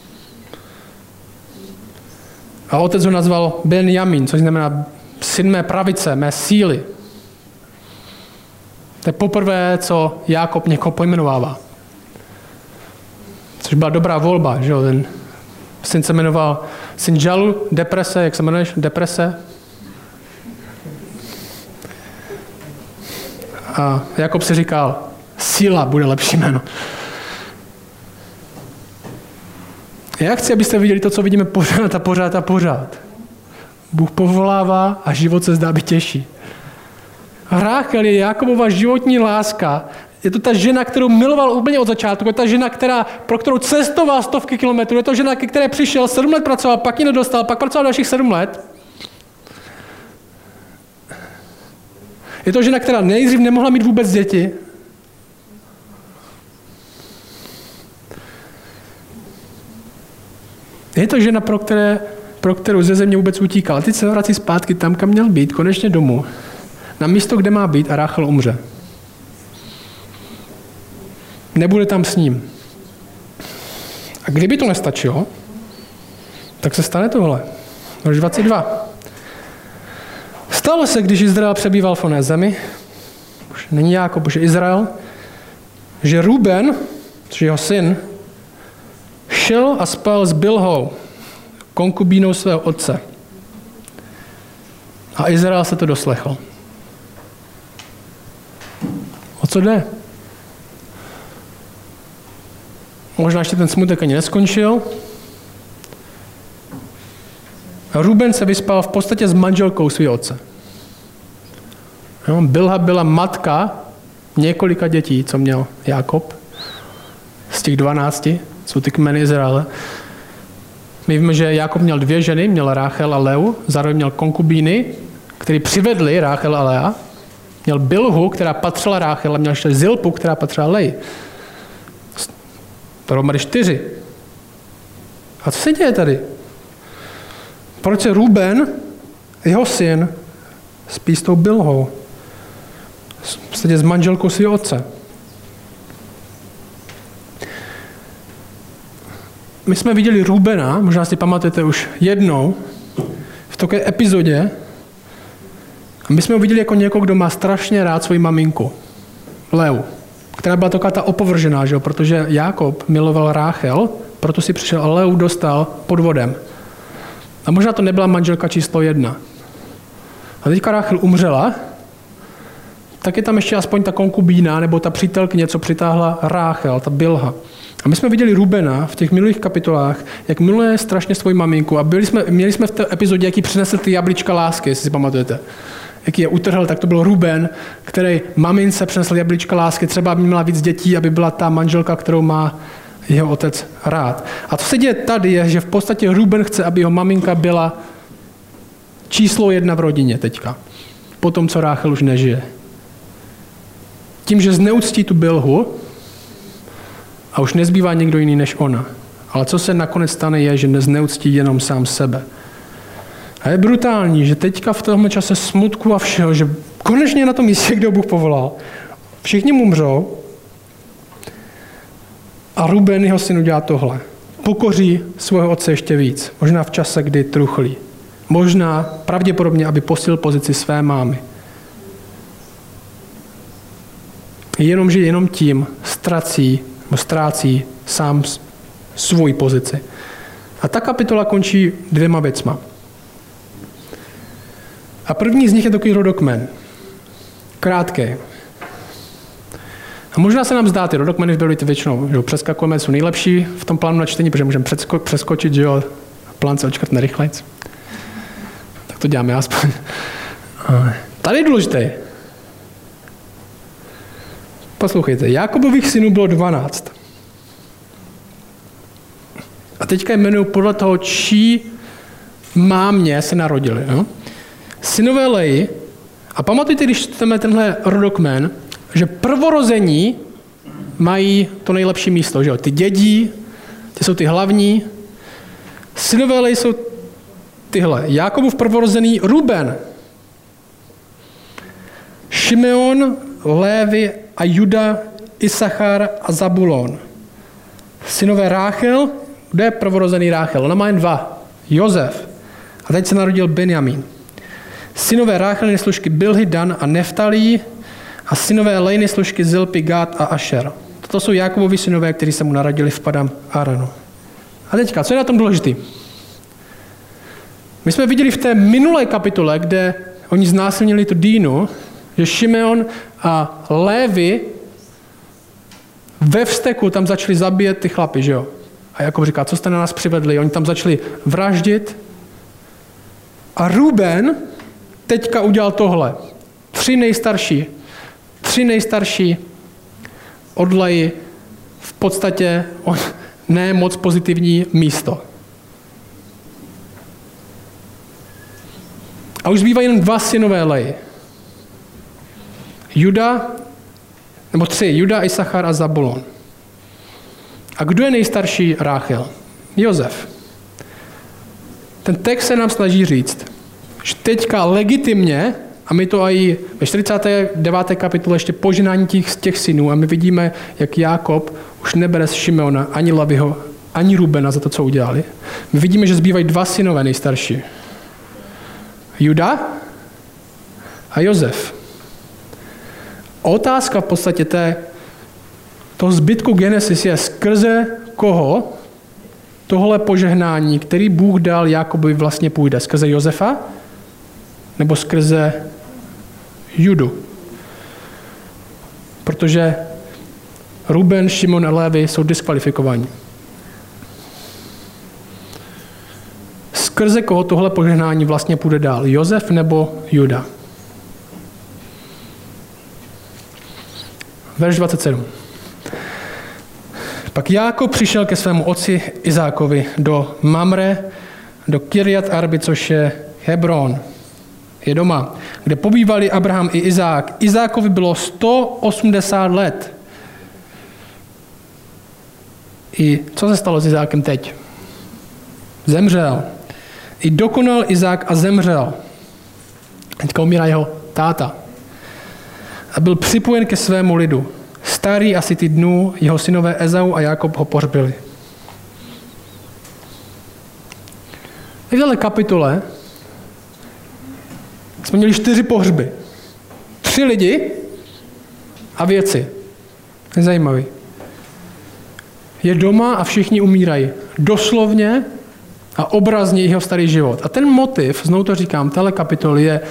A otec ho nazval Ben-Jamin, což znamená syn mé pravice, mé síly. To je poprvé, co Jákob někoho pojmenovává. Což byla dobrá volba, že jo? Ten syn se jmenoval syn žalu, deprese, jak se jmenuješ? Deprese. A Jákob si říkal, síla bude lepší jméno. Já chci, abyste viděli to, co vidíme pořád a pořád a pořád. Bůh povolává a život se zdá být těžší. Ráchel je Jákobova životní láska. Je to ta žena, kterou miloval úplně od začátku. Je to ta žena, která, pro kterou cestoval stovky kilometrů. Je to žena, ke které přišel, sedm let pracoval, pak ji nedostal, pak pracoval dalších sedm let. Je to žena, která nejdřív nemohla mít vůbec děti. Je to žena, pro, které, pro kterou ze země vůbec utíkal. A teď se vrací zpátky tam, kam měl být, konečně domů. na místo, kde má být a Ráchel umře. Nebude tam s ním. A kdyby to nestačilo, tak se stane tohle. Verš dvacet dva. Stalo se, když Izrael přebýval v oné zemi, už není Jákob, už je Izrael, že Ruben, což je jeho syn, šel a spal s Bilhou, konkubínou svého otce. A Izrael se to doslechl. O co jde? Možná ještě ten smutek ani neskončil. Ruben se vyspal v podstatě s manželkou svého otce. Bilha byla matka několika dětí, co měl Jákob. Z těch dvanácti jsou ty kmeny Izraele. My víme, že Jákob měl dvě ženy, měl Ráchel a Leu, zároveň měl konkubíny, které přivedly Ráchel a Lea. Měl Bilhu, která patřila Ráchel, a měl ještě Zilpu, která patřila Leji. Dohromady čtyři. A co se děje tady? Proč se Ruben, jeho syn, spí s tou Bilhou? Vlastně s manželkou svého otce. My jsme viděli Rubena, možná si pamatujete už jednou, v takové epizodě. A my jsme ho viděli jako někoho, kdo má strašně rád svoji maminku, Leu, která byla taková ta opovržená, že jo? Protože Jákob miloval Ráchel, proto si přišel a Leu dostal podvodem. A možná to nebyla manželka číslo jedna. A teďka Ráchel umřela, tak je tam ještě aspoň ta konkubína, nebo ta přítelkyně, co přitáhla Ráchel, ta Bilha. A my jsme viděli Rubena v těch minulých kapitolách, jak miluje strašně svoji maminku. A byli jsme, měli jsme v té epizodě, jaký přinesl ty jablíčka lásky, jestli si pamatujete. Jaký je utrhl, tak to byl Ruben, který mamince přinesl jablíčka lásky, třeba aby měla víc dětí, aby byla ta manželka, kterou má jeho otec rád. A co se děje tady je, že v podstatě Ruben chce, aby jeho maminka byla číslo jedna v rodině teďka. Po tom, co Ráchel už nežije. Tím, že zneuctí tu Bilhu a už nezbývá někdo jiný než ona. Ale co se nakonec stane je, že nezneuctí jenom sám sebe. A je brutální, že teďka v tomhle čase smutku a všeho, že konečně na tom místě, kde ho Bůh povolal, všichni umřou a Ruben, jeho syn, udělá tohle. Pokoří svého otce ještě víc. Možná v čase, kdy truchlí. Možná pravděpodobně, aby posil pozici své mámy. Jenomže jenom tím ztrací, nebo ztrácí sám svou pozici. A ta kapitola končí dvěma věcma. A první z nich je takový rodokmen. Krátký. A možná se nám zdá, ty rodokmeny byly většinou, že přeskakujeme, jsou nejlepší v tom plánu na čtení, protože můžeme přesko- přeskočit, že jo, plán se očkrtne rychlejc. Tak to děláme aspoň. Tady je důležitý. Poslouchejte, Jákobových synů bylo dvanáct. A teďka jmenuji podle toho, čí mámě se narodili. Jo? Synové Leji, a pamatujte, když čteme tenhle rodokmen, že prvorození mají to nejlepší místo. Že jo? Ty dědí, ty jsou ty hlavní. Synové Leji jsou tyhle. Jákobův prvorozený Ruben, Šimeon, Lévi a Juda, Isachar a Zabulon. Synové Ráchel, kde je prvorozený Ráchel? Ona má jen dva. Jozef. A teď se narodil Benjamín. Synové Ráchel služky Bilhy, Dan a Neftalí a synové Lejny služky Zilpy, Gad a Ašer. Toto jsou Jákobovi synové, kteří se mu narodili v Padam Aranu. A teďka, co je na tom důležitý? My jsme viděli v té minulé kapitole, kde oni znásilnili tu Dínu, že Šimeon a Lévi ve vzteku tam začali zabíjet ty chlapy, že jo? A Jakob říká, co jste na nás přivedli? Oni tam začali vraždit. A Ruben teďka udělal tohle. Tři nejstarší. Tři nejstarší od Leji v podstatě ne moc pozitivní místo. A už zbývají jen dva synové Leji. Juda, nebo tři, Juda, Isachar a Zabulon. A kdo je nejstarší Ráchel? Jozef. Ten text se nám snaží říct, že teďka legitimně A my to i ve čtyřicáté deváté kapitole ještě poženání těch, těch synů a my vidíme, jak Jákob už nebere z Šimeona ani Laviho, ani Rubena za to, co udělali. My vidíme, že zbývají dva synové nejstarší. Juda a Josef. Otázka v podstatě té, toho zbytku Genesis je, skrze koho tohle požehnání, který Bůh dal Jákobovi, vlastně půjde. Skrze Josefa nebo skrze Judu. Protože Ruben, Šimon a Lévi jsou diskvalifikovaní. Skrze koho tohle požehnání vlastně půjde dál? Josef nebo Juda? Verš dvacet sedm. Pak Jákob přišel ke svému otci Izákovi do Mamre, do Kirjat Arby, což je Hebron, je doma, kde pobývali Abraham i Izák. Izákovi bylo sto osmdesát let. I co se stalo s Izákem teď? Zemřel. I dokonal Izák a zemřel. Teďka umírá jeho táta. A byl připojen ke svému lidu. Starý asi ty dnů, jeho synové Ezau a Jákob ho pohřbili. V této kapitole jsme měli čtyři pohřby. Tři lidi a věci. Je zajímavý. Je doma a všichni umírají. Doslovně a obrazně jeho starý život. A ten motiv, znovu to říkám, téhle kapitoly je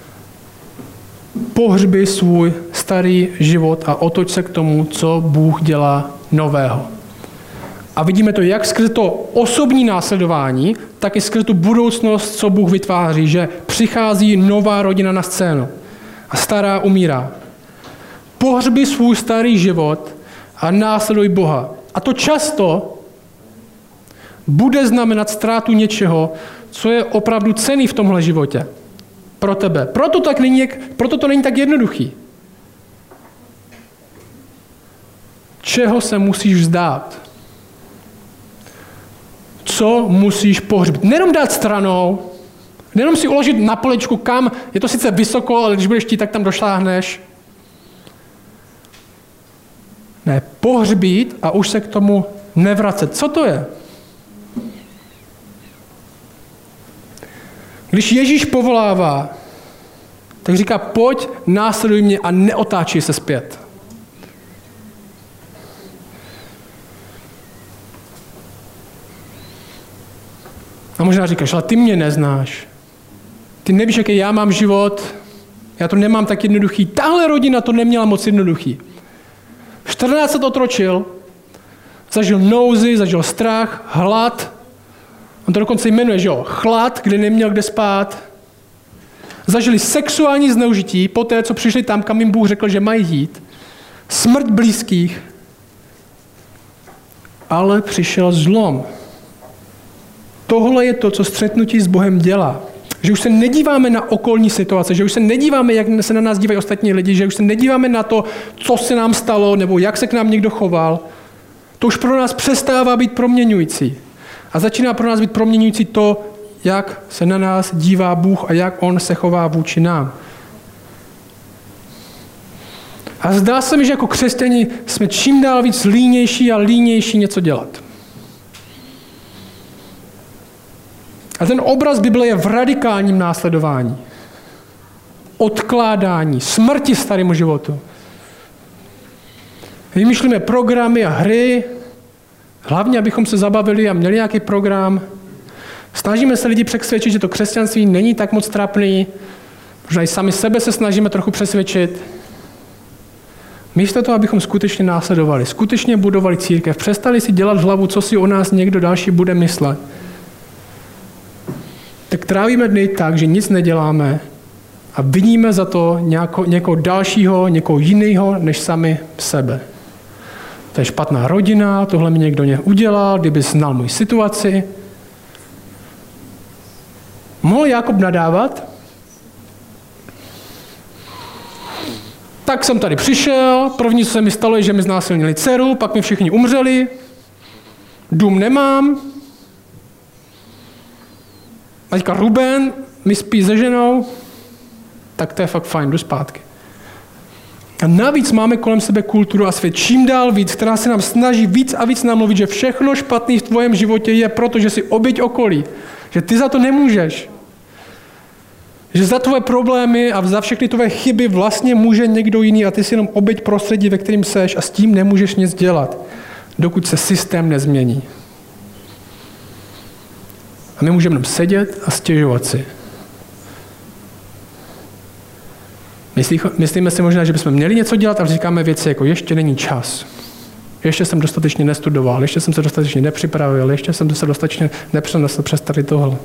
pohřby svůj starý život a otoč se k tomu, co Bůh dělá nového. A vidíme to jak skrze to osobní následování, tak i skrze tu budoucnost, co Bůh vytváří, že přichází nová rodina na scénu a stará umírá. Pohřby svůj starý život a následuj Boha. A to často bude znamenat ztrátu něčeho, co je opravdu cenný v tomhle životě. Pro tebe. Proto, tak není, proto to není tak jednoduchý. Čeho se musíš vzdát? Co musíš pohřbít? Nejenom dát stranou, nejenom si uložit na poličku, kam, je to sice vysoko, ale když budeš chtít, tak tam došláhneš. Ne, pohřbít a už se k tomu nevracet. Co to je? Když Ježíš povolává, tak říká, pojď, následuj mě a neotáčej se zpět. A možná říkáš, ale ty mě neznáš. Ty nevíš, jaký já mám život, já to nemám tak jednoduchý. Tahle rodina to neměla moc jednoduchý. čtrnáct let otročil, zažil nouzi, zažil strach, hlad. On to dokonce jmenuje, že jo, chlad, kde neměl kde spát. Zažili sexuální zneužití po té, co přišli tam, kam jim Bůh řekl, že mají jít. Smrt blízkých. Ale přišel zlom. Tohle je to, co střetnutí s Bohem dělá. Že už se nedíváme na okolní situace, že už se nedíváme, jak se na nás dívají ostatní lidi, že už se nedíváme na to, co se nám stalo, nebo jak se k nám někdo choval. To už pro nás přestává být proměňující. A začíná pro nás být proměňující to, jak se na nás dívá Bůh a jak on se chová vůči nám. A zdá se mi, že jako křesťani jsme čím dál víc línější a línější něco dělat. A ten obraz Bible je v radikálním následování. Odkládání, smrti starému životu. Vymýšlíme programy a hry, hlavně, abychom se zabavili a měli nějaký program. Snažíme se lidi přesvědčit, že to křesťanství není tak moc trapný. Možná i sami sebe se snažíme trochu přesvědčit. Místo toho, abychom skutečně následovali, skutečně budovali církev, přestali si dělat hlavu, co si o nás někdo další bude myslet. Tak trávíme dny tak, že nic neděláme a viníme za to nějako, někoho dalšího, někoho jiného, než sami sebe. To je špatná rodina, tohle mi někdo nějak udělal, kdyby znal můj situaci. Mohl Jákob nadávat? Tak jsem tady přišel, první, co se mi stalo, je, že mi znásilnili dceru, pak mi všichni umřeli, dům nemám, a teďka Ruben mi spí se ženou, tak to je fakt fajn, jdu zpátky. A navíc máme kolem sebe kulturu a svět čím dál víc, která se nám snaží víc a víc namluvit, že všechno špatné v tvém životě je proto, že jsi oběť okolí. Že ty za to nemůžeš. Že za tvoje problémy a za všechny tvoje chyby vlastně může někdo jiný a ty jsi jenom oběť prostředí, ve kterým seš a s tím nemůžeš nic dělat, dokud se systém nezmění. A my můžeme jenom sedět a stěžovat si. Myslí, myslíme si možná, že bychom měli něco dělat, ale říkáme věci jako ještě není čas. Ještě jsem dostatečně nestudoval, ještě jsem se dostatečně nepřipravil, ještě jsem se dostatečně nepřenesl přes tady tohle.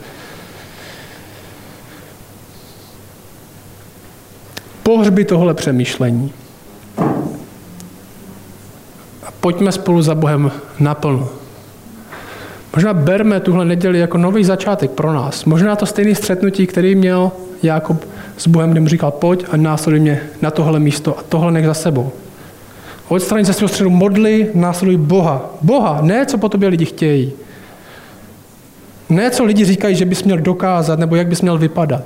Pohřbí tohle přemýšlení. A pojďme spolu za Bohem naplno. Možná berme tuhle neděli jako nový začátek pro nás. Možná to stejné střetnutí, který měl Jákob s Bohem, kde mu říkal, pojď a následuj mě na tohle místo a tohle nech za sebou. Odstraň ze svého středu modly, následuj Boha. Boha, ne co po tobě lidi chtějí. Ne co lidi říkají, že bys měl dokázat nebo jak bys měl vypadat.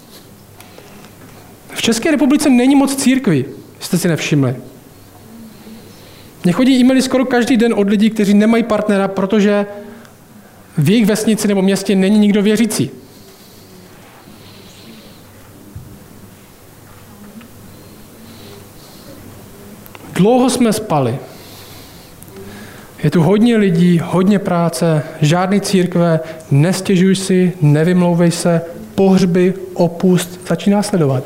V České republice není moc církví, jste si nevšimli. Mně chodí e-maily skoro každý den od lidí, kteří nemají partnera, protože v jejich vesnici nebo městě není nikdo věřící. Dlouho jsme spali. Je tu hodně lidí, hodně práce, žádný církve, nestěžuj si, nevymlouvej se, pohřby, opust, začíná sledovat.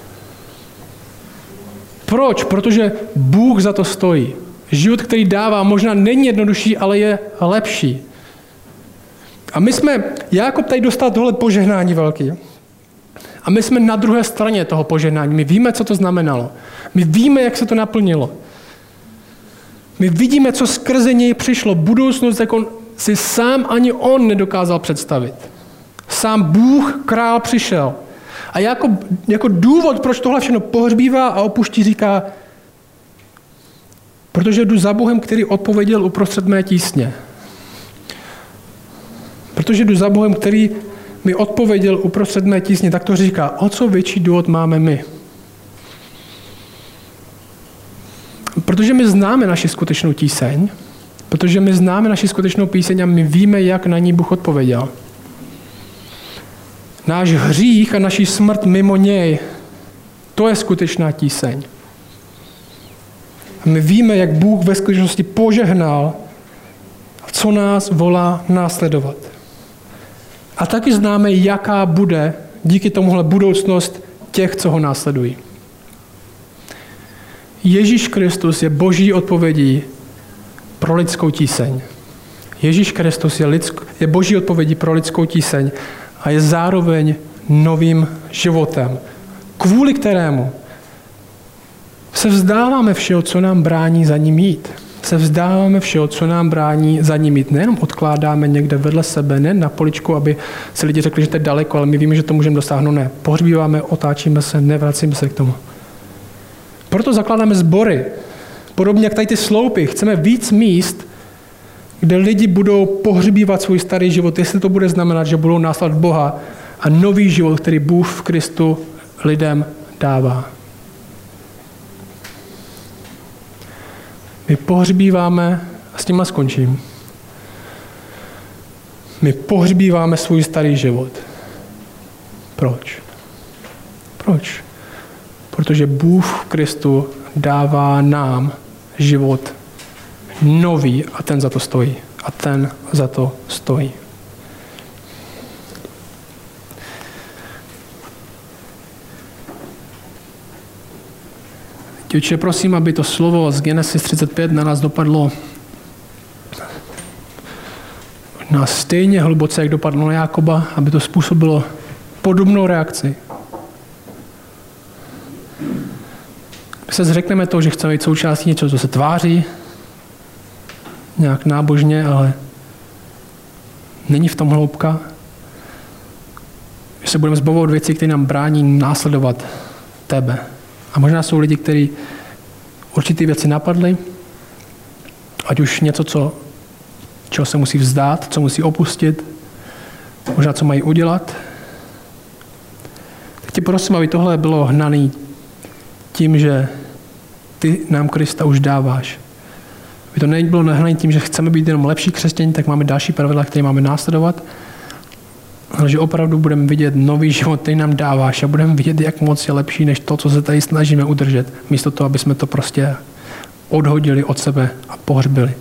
Proč? Protože Bůh za to stojí. Život, který dává, možná není jednodušší, ale je lepší. A my jsme, Jákob tady dostal tohle požehnání velký. A my jsme na druhé straně toho požehnání. My víme, co to znamenalo. My víme, jak se to naplnilo. My vidíme, co skrze něj přišlo. Budoucnost, jako si sám ani on nedokázal představit. Sám Bůh, král, přišel. A jako, jako důvod, proč tohle všechno pohřbívá a opuští, říká, protože jdu za Bohem, který odpověděl uprostřed mé tísně. Protože jdu za Bohem, který mi odpověděl uprostřed mé tísně, tak to říká, o co větší důvod máme my. Protože my známe naši skutečnou tíseň, protože my známe naši skutečnou píseň a my víme, jak na ní Bůh odpověděl. Náš hřích a naši smrt mimo něj, to je skutečná tíseň. A my víme, jak Bůh ve skutečnosti požehnal a co nás volá následovat. A taky známe, jaká bude díky tomuhle budoucnost těch, co ho následují. Ježíš Kristus je boží odpovědí pro lidskou tíseň. Ježíš Kristus je, lidsk, je boží odpovědí pro lidskou tíseň a je zároveň novým životem, kvůli kterému se vzdáváme všeho, co nám brání za ním jít. Se vzdáváme všeho, co nám brání za ním jít. Nejenom odkládáme někde vedle sebe, ne na poličku, aby si lidi řekli, že to je daleko, ale my víme, že to můžeme dosáhnout. Ne, pohřbíváme, otáčíme se, nevracíme se k tomu. Proto zakládáme sbory. Podobně jak tady ty sloupy. Chceme víc míst, kde lidi budou pohřbívat svůj starý život, jestli to bude znamenat, že budou následovat Boha a nový život, který Bůh v Kristu lidem dává. My pohřbíváme, a s tímhle skončím, my pohřbíváme svůj starý život. Proč? Proč? Protože Bůh v Kristu dává nám život nový a ten za to stojí. A ten za to stojí. Otče, prosím, aby to slovo z Genesis třicet pět na nás dopadlo na stejně hluboce, jak dopadlo na Jákoba, aby to způsobilo podobnou reakci. My se zřekneme toho, že chceme být součástí něčeho, co se tváří nějak nábožně, ale není v tom hloubka. Že se budeme zbavovat věcí, které nám brání následovat tebe. A možná jsou lidi, kteří určitý věci napadly, ať už něco, co, čeho se musí vzdát, co musí opustit, možná co mají udělat. Tak tě prosím, aby tohle bylo hnaný tím, že ty nám Krista už dáváš. Aby to nebylo hnaný tím, že chceme být jenom lepší křesťané, tak máme další pravidla, které máme následovat, ale že opravdu budeme vidět nový život, který nám dáváš a budeme vidět, jak moc je lepší, než to, co se tady snažíme udržet, místo toho, aby jsme to prostě odhodili od sebe a pohřbili.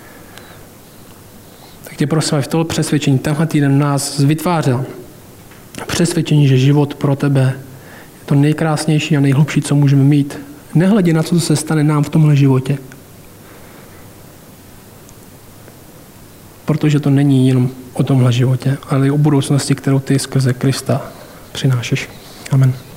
Tak tě prosím, aby v tohle přesvědčení tenhle týden nás vytvářel. Přesvědčení, že život pro tebe je to nejkrásnější a nejhlubší, co můžeme mít. Nehledě na to, co se stane nám v tomhle životě. Protože to není jenom o tomhle životě, ale i o budoucnosti, kterou ty skrze Krista přinášeš. Amen.